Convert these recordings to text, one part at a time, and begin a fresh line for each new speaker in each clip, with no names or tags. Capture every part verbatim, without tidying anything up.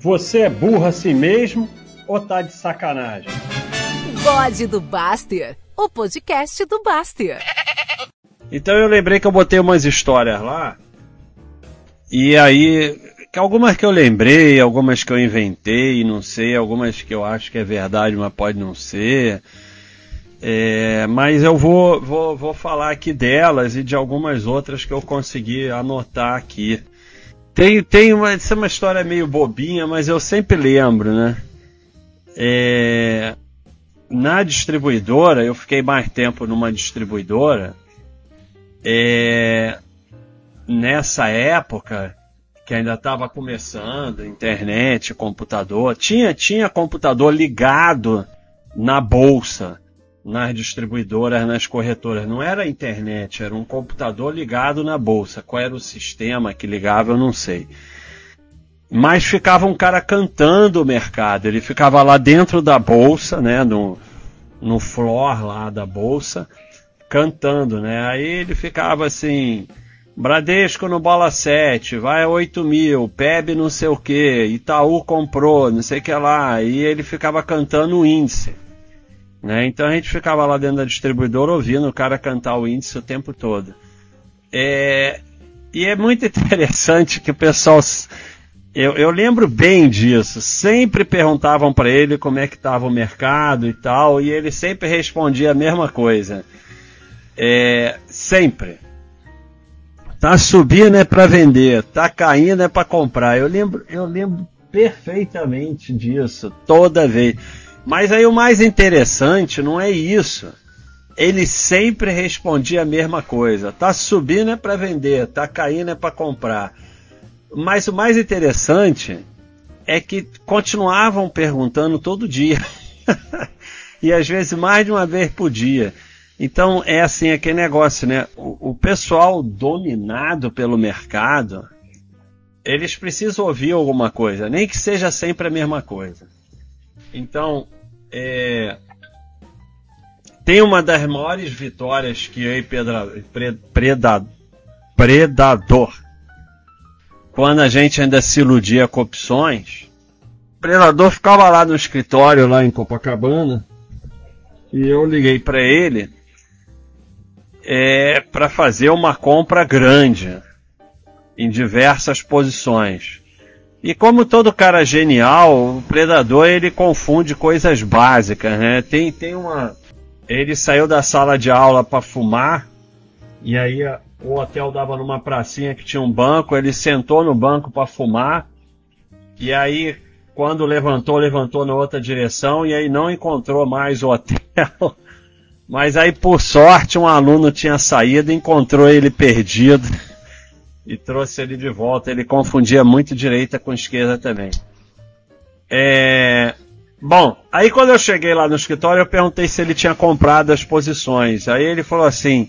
Você é burro assim mesmo ou tá de sacanagem?
Bode do Baster, o podcast do Baster.
Então eu lembrei que eu botei umas histórias lá, e aí, que algumas que eu lembrei, algumas que eu inventei, não sei, algumas que eu acho que é verdade, mas pode não ser. É, mas eu vou, vou, vou falar aqui delas e de algumas outras que eu consegui anotar aqui. Tem, tem uma, essa é uma história meio bobinha, mas eu sempre lembro, né? É, na distribuidora, eu fiquei mais tempo numa distribuidora. É, nessa época, que ainda estava começando, internet, computador, tinha, tinha computador ligado na bolsa, nas distribuidoras, nas corretoras. Não era a internet, era um computador ligado na bolsa. Qual era o sistema que ligava, eu não sei. Mas ficava um cara cantando o mercado. Ele ficava lá dentro da bolsa, né, no, no floor lá da bolsa, cantando, né. Aí ele ficava assim: Bradesco no bola sete, vai a oito mil, P E B não sei o que, Itaú comprou, não sei o que lá. E ele ficava cantando o índice. Né? Então a gente ficava lá dentro da distribuidora ouvindo o cara cantar o índice o tempo todo. É, e é muito interessante que o pessoal, eu, eu lembro bem disso, sempre perguntavam para ele como é que estava o mercado e tal, e ele sempre respondia a mesma coisa. É, sempre. Tá subindo é para vender, tá caindo é para comprar. Eu lembro, eu lembro perfeitamente disso, toda vez. Mas aí o mais interessante não é isso. Ele sempre respondia a mesma coisa. Tá subindo é para vender, tá caindo é para comprar. Mas o mais interessante é que continuavam perguntando todo dia. E às vezes mais de uma vez por dia. Então é assim, aquele negócio, né? O, o pessoal dominado pelo mercado, eles precisam ouvir alguma coisa, nem que seja sempre a mesma coisa. Então, é, tem uma das maiores vitórias que eu e Pedra, pre, preda, Predador, quando a gente ainda se iludia com opções, o Predador ficava lá no escritório, lá em Copacabana, e eu liguei para ele é, para fazer uma compra grande, em diversas posições. E como todo cara genial, o Predador ele confunde coisas básicas, né? Tem, tem uma... Ele saiu da sala de aula para fumar, e aí a, o hotel dava numa pracinha que tinha um banco, ele sentou no banco para fumar, e aí quando levantou, levantou na outra direção, e aí não encontrou mais o hotel. Mas aí por sorte um aluno tinha saído e encontrou ele perdido. E trouxe ele de volta. Ele confundia muito direita com esquerda também. É... Bom, aí quando eu cheguei lá no escritório, eu perguntei se ele tinha comprado as posições. Aí ele falou assim: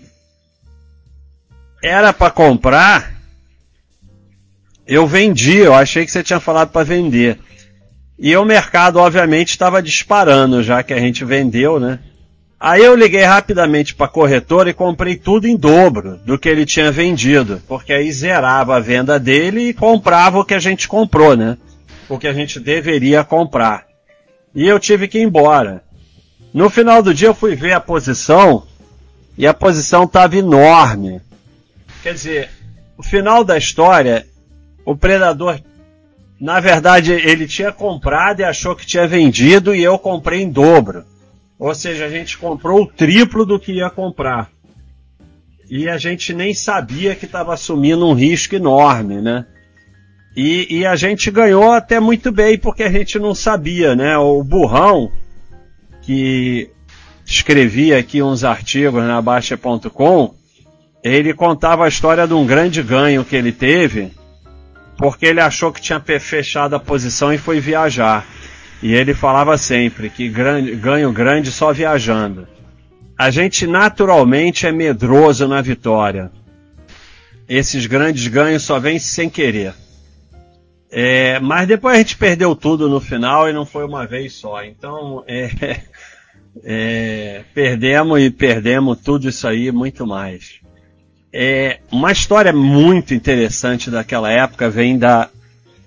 era para comprar? Eu vendi, eu achei que você tinha falado para vender. E o mercado, obviamente, estava disparando, já que a gente vendeu, né? Aí eu liguei rapidamente para a corretora e comprei tudo em dobro do que ele tinha vendido, porque aí zerava a venda dele e comprava o que a gente comprou, né? O que a gente deveria comprar. E eu tive que ir embora. No final do dia eu fui ver a posição e a posição estava enorme. Quer dizer, o final da história, o Predador, na verdade, ele tinha comprado e achou que tinha vendido e eu comprei em dobro. Ou seja, a gente comprou o triplo do que ia comprar. E a gente nem sabia que estava assumindo um risco enorme, né? E, e a gente ganhou até muito bem, porque a gente não sabia, né? O Burrão, que escrevia aqui uns artigos na Baixa ponto com, ele contava a história de um grande ganho que ele teve, porque ele achou que tinha fechado a posição e foi viajar. E ele falava sempre que grande, ganho grande só viajando. A gente naturalmente é medroso na vitória. Esses grandes ganhos só vêm sem querer. É, mas depois a gente perdeu tudo no final e não foi uma vez só. Então, é, é, perdemos e perdemos tudo isso aí e muito mais. É, uma história muito interessante daquela época vem da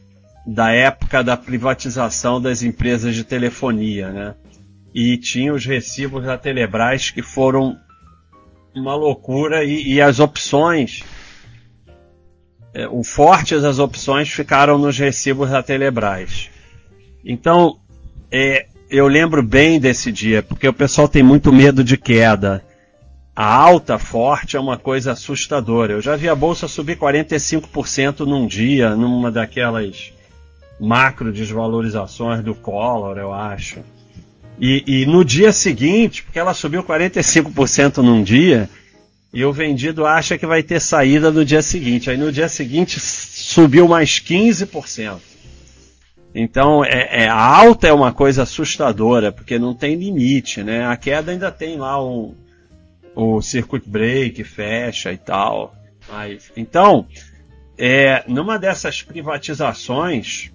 da época da privatização das empresas de telefonia, né? E tinha os recibos da Telebrás que foram uma loucura e, e as opções, é, o forte das opções ficaram nos recibos da Telebrás. Então, é, eu lembro bem desse dia, porque o pessoal tem muito medo de queda. A alta forte é uma coisa assustadora. Eu já vi a bolsa subir quarenta e cinco por cento num dia, numa daquelas macro desvalorizações do Collor, eu acho. E, e no dia seguinte, porque ela subiu quarenta e cinco por cento num dia, e o vendido acha que vai ter saída no dia seguinte. Aí no dia seguinte subiu mais quinze por cento. Então é, é, a alta é uma coisa assustadora, porque não tem limite, né? A queda ainda tem lá um, o circuit break, fecha e tal. Mas, então, é, numa dessas privatizações,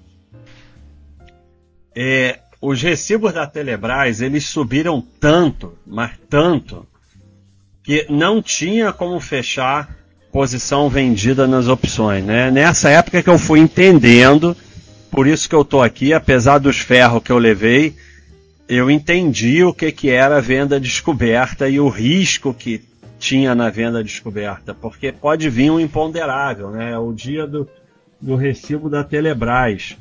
é, os recibos da Telebrás, eles subiram tanto, mas tanto, que não tinha como fechar posição vendida nas opções, né? Nessa época que eu fui entendendo, por isso que eu estou aqui, apesar dos ferros que eu levei, eu entendi o que, que era a venda descoberta e o risco que tinha na venda descoberta, porque pode vir um imponderável, né? O dia do, do recibo da Telebrás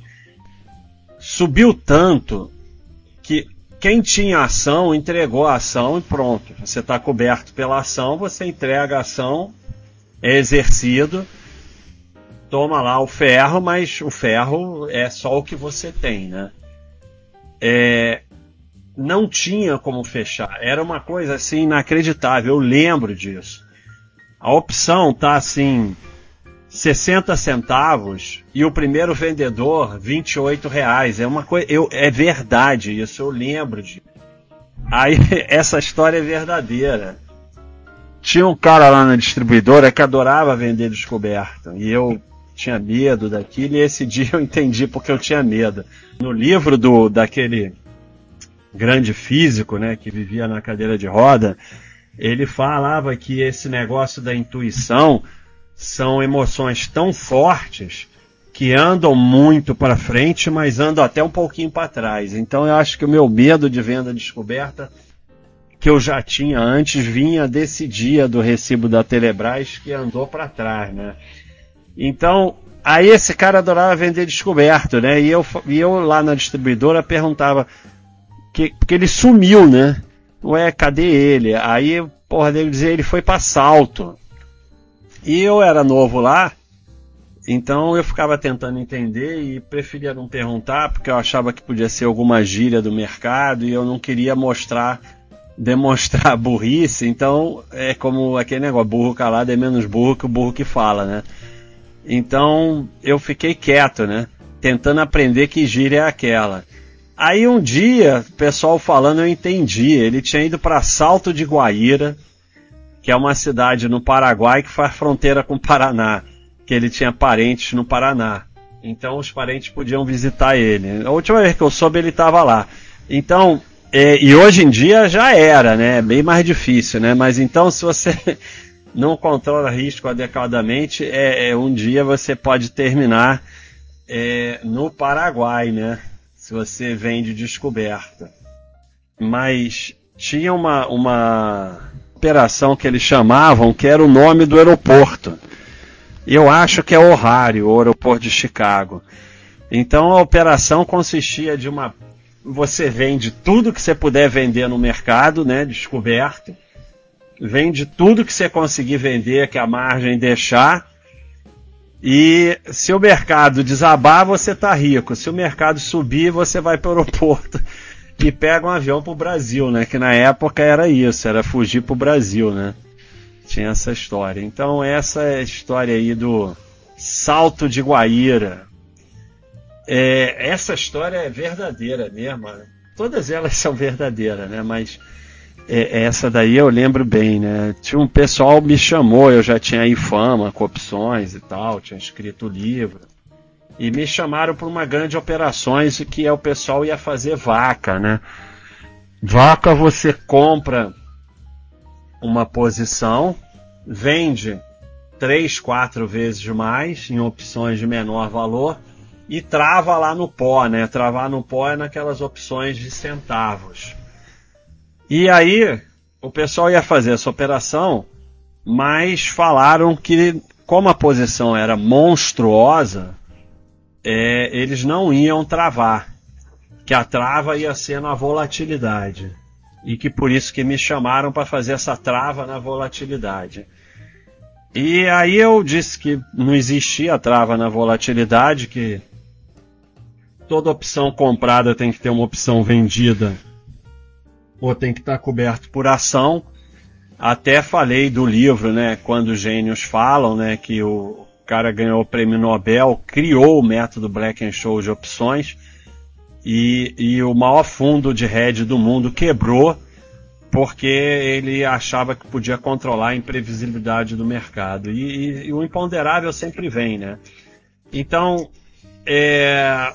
subiu tanto que quem tinha ação entregou a ação e pronto. Você está coberto pela ação, você entrega a ação, é exercido, toma lá o ferro, mas o ferro é só o que você tem, né? É, não tinha como fechar. Era uma coisa assim inacreditável. Eu lembro disso. A opção tá assim sessenta centavos e o primeiro vendedor vinte e oito reais. É uma coisa, eu, é verdade isso, eu lembro de. Aí essa história é verdadeira. Tinha um cara lá na distribuidora que adorava vender descoberto e eu tinha medo daquilo, e esse dia eu entendi porque eu tinha medo. No livro do daquele grande físico, né, que vivia na cadeira de roda, ele falava que esse negócio da intuição são emoções tão fortes que andam muito para frente, mas andam até um pouquinho para trás. Então eu acho que o meu medo de venda descoberta, que eu já tinha antes, vinha desse dia do recibo da Telebrás que andou para trás, né? Então, aí esse cara adorava vender descoberto, né? E eu, e eu lá na distribuidora perguntava, que, porque ele sumiu, né? Ué, cadê ele? Aí, porra, ele dizia, ele foi para Salto. E eu era novo lá, então eu ficava tentando entender e preferia não perguntar, porque eu achava que podia ser alguma gíria do mercado e eu não queria mostrar, demonstrar burrice. Então, é como aquele negócio, burro calado é menos burro que o burro que fala, né? Então eu fiquei quieto, né? Tentando aprender que gíria é aquela. Aí um dia, o pessoal falando, eu entendi. Ele tinha ido para Salto de Guaíra, que é uma cidade no Paraguai que faz fronteira com o Paraná. Que ele tinha parentes no Paraná. Então os parentes podiam visitar ele. A última vez que eu soube, ele estava lá. Então, é, e hoje em dia já era, né? Bem mais difícil, né? Mas então, se você não controla risco adequadamente, é, é, um dia você pode terminar é, no Paraguai, né? Se você vende descoberta. Mas tinha uma, uma operação que eles chamavam, que era o nome do aeroporto. Eu acho que é O'Hare, o aeroporto de Chicago. Então a operação consistia de uma... Você vende tudo que você puder vender no mercado, né? Descoberto. Vende tudo que você conseguir vender, que a margem deixar, e se o mercado desabar, você está rico. Se o mercado subir, você vai para o aeroporto e pega um avião para o Brasil, né? Que na época era isso, era fugir para o Brasil, né? Tinha essa história. Então essa é a história aí do Salto de Guaíra. É, essa história é verdadeira mesmo. Todas elas são verdadeiras, né? Mas é, essa daí eu lembro bem, né? Tinha um pessoal me chamou, eu já tinha aí fama com opções e tal, tinha escrito livro. E me chamaram para uma grande operações que é o pessoal ia fazer vaca, né? Vaca você compra uma posição, vende três, quatro vezes mais em opções de menor valor, e trava lá no pó, né? Travar no pó é naquelas opções de centavos. E aí o pessoal ia fazer essa operação, mas falaram que, como a posição era monstruosa, é, eles não iam travar, que a trava ia ser na volatilidade, e que por isso que me chamaram para fazer essa trava na volatilidade. E aí eu disse que não existia trava na volatilidade, que toda opção comprada tem que ter uma opção vendida, ou tem que estar coberto por ação. Até falei do livro, né, Quando os Gênios Falam, né, que o cara ganhou o prêmio Nobel, criou o método Black-Scholes de opções, e, e o maior fundo de hedge do mundo quebrou porque ele achava que podia controlar a imprevisibilidade do mercado. E, e, e o imponderável sempre vem, né? Então, é,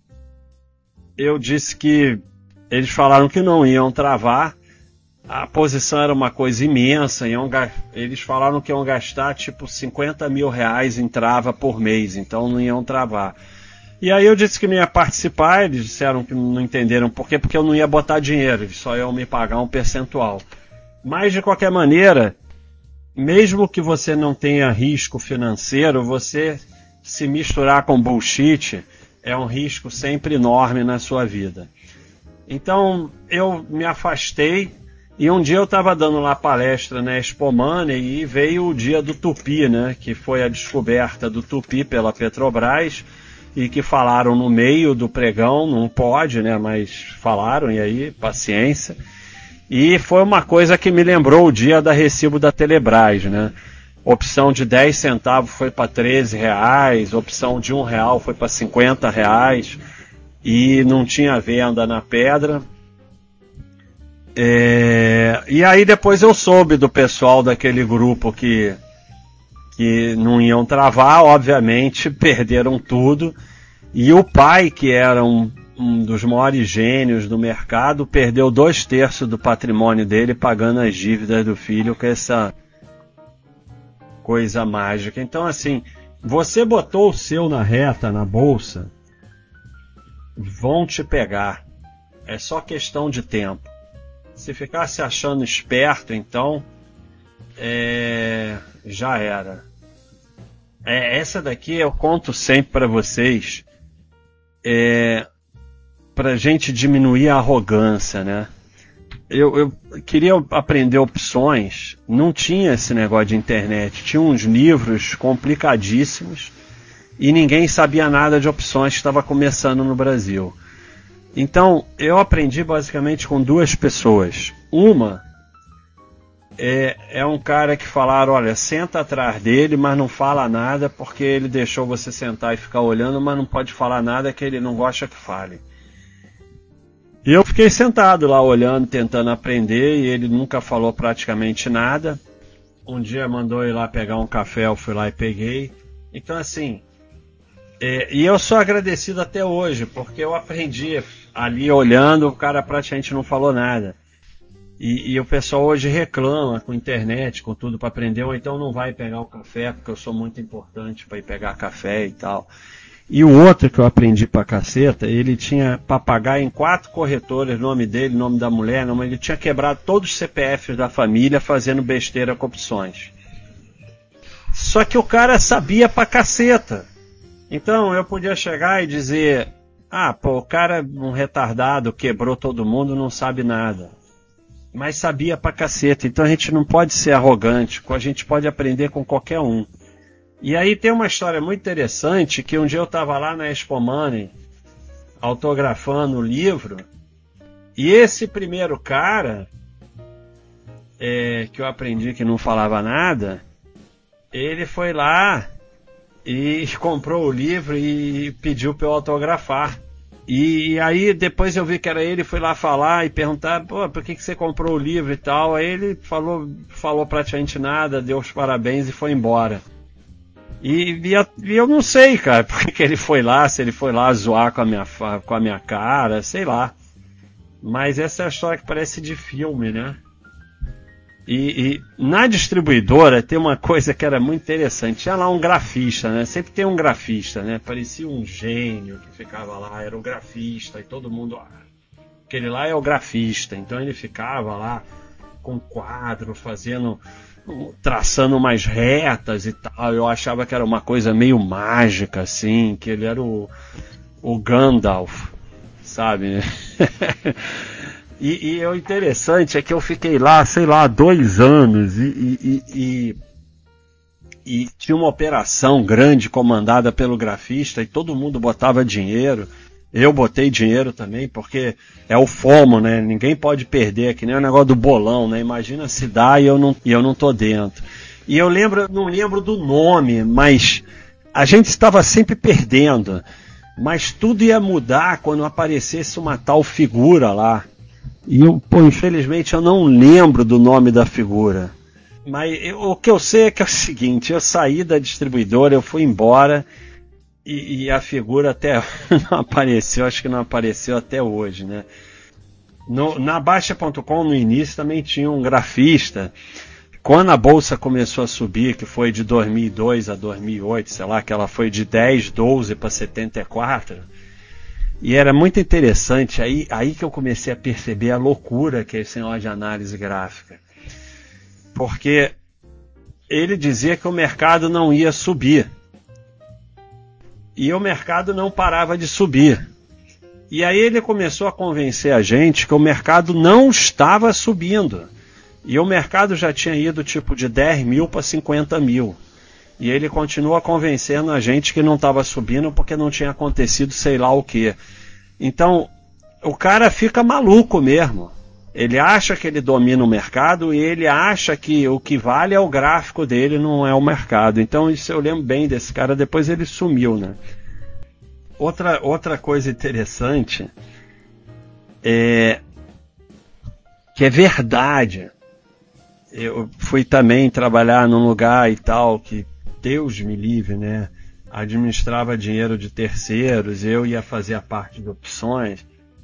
eu disse que eles falaram que não iam travar, a posição era uma coisa imensa, iam, eles falaram que iam gastar tipo cinquenta mil reais em trava por mês, então não iam travar. E aí eu disse que não ia participar, eles disseram que não entenderam por quê, porque eu não ia botar dinheiro, eles só iam me pagar um percentual. Mas de qualquer maneira, mesmo que você não tenha risco financeiro, você se misturar com bullshit é um risco sempre enorme na sua vida. Então eu me afastei, e um dia eu estava dando lá palestra na Expo Money e veio o dia do Tupi, né, que foi a descoberta do Tupi pela Petrobras, e que falaram no meio do pregão, não pode, né, mas falaram, e aí, paciência. E foi uma coisa que me lembrou o dia da recibo da Telebrás, né? Opção de dez centavos foi para treze reais, opção de um real foi para cinquenta reais, e não tinha venda na pedra. É, e aí depois eu soube do pessoal daquele grupo que, que não iam travar, obviamente perderam tudo, e o pai, que era um, um dos maiores gênios do mercado, perdeu dois terços do patrimônio dele pagando as dívidas do filho com essa coisa mágica. Então assim, você botou o seu na reta, na bolsa, vão te pegar, é só questão de tempo. Se ficar se achando esperto, então é, já era. É, essa daqui eu conto sempre para vocês, é, para a gente diminuir a arrogância, né? Eu, eu queria aprender opções, não tinha esse negócio de internet, tinha uns livros complicadíssimos e ninguém sabia nada de opções que estava começando no Brasil. Então, eu aprendi basicamente com duas pessoas. Uma é, é um cara que falaram, olha, senta atrás dele, mas não fala nada, porque ele deixou você sentar e ficar olhando, mas não pode falar nada que ele não gosta que fale. E eu fiquei sentado lá olhando, tentando aprender, e ele nunca falou praticamente nada. Um dia mandou ir lá pegar um café, eu fui lá e peguei. Então, assim, é, e eu sou agradecido até hoje, porque eu aprendi ali olhando, o cara praticamente não falou nada. E, e o pessoal hoje reclama com internet, com tudo para aprender, ou então não vai pegar o café, porque eu sou muito importante para ir pegar café e tal. E o outro que eu aprendi pra caceta, ele tinha para pagar em quatro corretores, nome dele, nome da mulher, nome, ele tinha quebrado todos os C P Fs da família fazendo besteira com opções. Só que o cara sabia pra caceta. Então eu podia chegar e dizer, ah, pô, o cara, um retardado, quebrou todo mundo, não sabe nada. Mas sabia pra caceta. Então a gente não pode ser arrogante, a gente pode aprender com qualquer um. E aí tem uma história muito interessante, que um dia eu estava lá na Expo Money, autografando o livro, e esse primeiro cara, é, que eu aprendi que não falava nada, ele foi lá e comprou o livro e pediu para eu autografar. E, e aí depois eu vi que era ele, fui lá falar e perguntar, pô, por que, que você comprou o livro e tal? Aí ele falou, falou praticamente nada, deu os parabéns e foi embora. E, e, e eu não sei, cara, porque que ele foi lá, se ele foi lá zoar com a, minha, com a minha cara, sei lá. Mas essa é a história que parece de filme, né? E, e na distribuidora tem uma coisa que era muito interessante. Tinha lá um grafista, né? Sempre tem um grafista, né? Parecia um gênio que ficava lá, era o grafista, e todo mundo... Ah, aquele lá é o grafista. Então ele ficava lá com quadro, fazendo... traçando umas retas e tal. Eu achava que era uma coisa meio mágica, assim, que ele era o, o Gandalf, sabe? E, e o interessante é que eu fiquei lá, sei lá, dois anos e, e, e, e tinha uma operação grande comandada pelo grafista e todo mundo botava dinheiro. Eu botei dinheiro também, porque é o FOMO, né? Ninguém pode perder, que nem o negócio do bolão, né? Imagina se dá e eu não, e eu não tô dentro. E eu lembro, não lembro do nome, mas a gente estava sempre perdendo. Mas tudo ia mudar quando aparecesse uma tal figura lá. E eu, pô, infelizmente eu não lembro do nome da figura. Mas eu, o que eu sei é que é o seguinte, eu saí da distribuidora, eu fui embora e, e a figura até não apareceu, acho que não apareceu até hoje, né? No, na Baixa ponto com no início também tinha um grafista. Quando a bolsa começou a subir, que foi de dois mil e dois a dois mil e oito, sei lá, que ela foi de dez, doze para setenta e quatro... E era muito interessante, aí, aí que eu comecei a perceber a loucura que é esse negócio de análise gráfica. Porque ele dizia que o mercado não ia subir. E o mercado não parava de subir. E aí ele começou a convencer a gente que o mercado não estava subindo. E o mercado já tinha ido tipo de dez mil para cinquenta mil. E ele continua convencendo a gente que não estava subindo porque não tinha acontecido sei lá o que. Então, o cara fica maluco mesmo. Ele acha que ele domina o mercado e ele acha que o que vale é o gráfico dele, não é o mercado. Então, isso eu lembro bem desse cara. Depois ele sumiu, né? Outra, outra coisa interessante é que é verdade. Eu fui também trabalhar num lugar e tal que Deus me livre, né? Administrava dinheiro de terceiros, eu ia fazer a parte de opções.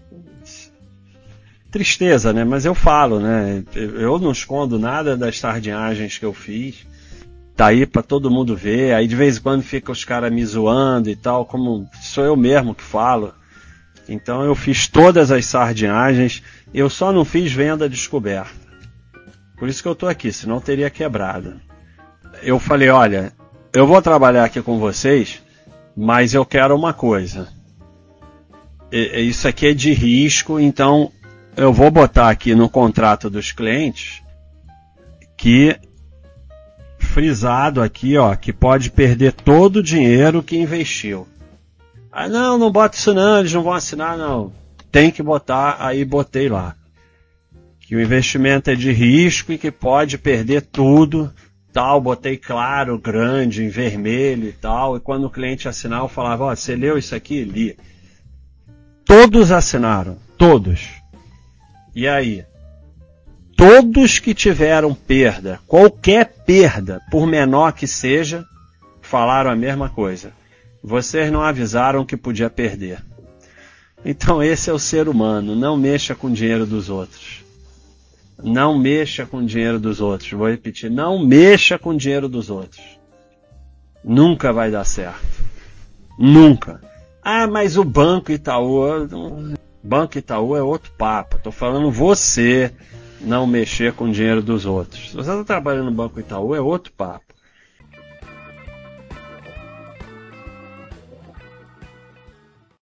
Tristeza, né? Mas eu falo, né? Eu não escondo nada das sardinhagens que eu fiz. Tá aí pra todo mundo ver. Aí de vez em quando fica os caras me zoando e tal, como sou eu mesmo que falo. Então eu fiz todas as sardinhagens. Eu só não fiz venda descoberta. Por isso que eu tô aqui, senão teria quebrado. Eu falei, olha, eu vou trabalhar aqui com vocês, mas eu quero uma coisa. E, isso aqui é de risco, então eu vou botar aqui no contrato dos clientes que, frisado aqui, ó, que pode perder todo o dinheiro que investiu. Ah, não, não bota isso não, eles não vão assinar, não. Tem que botar, aí botei lá. Que o investimento é de risco e que pode perder tudo. Tal, botei claro, grande, em vermelho e tal, e quando o cliente assinar eu falava, ó, oh, você leu isso aqui? Li. Todos assinaram, todos. E aí? Todos que tiveram perda, qualquer perda, por menor que seja, falaram a mesma coisa. Vocês não avisaram que podia perder. Então esse é o ser humano, não mexa com o dinheiro dos outros. Não mexa com o dinheiro dos outros. Vou repetir, não mexa com o dinheiro dos outros. Nunca vai dar certo. Nunca. Ah, mas o Banco Itaú... Banco Itaú é outro papo. Estou falando você não mexer com o dinheiro dos outros. Se você está trabalhando no Banco Itaú, é outro papo.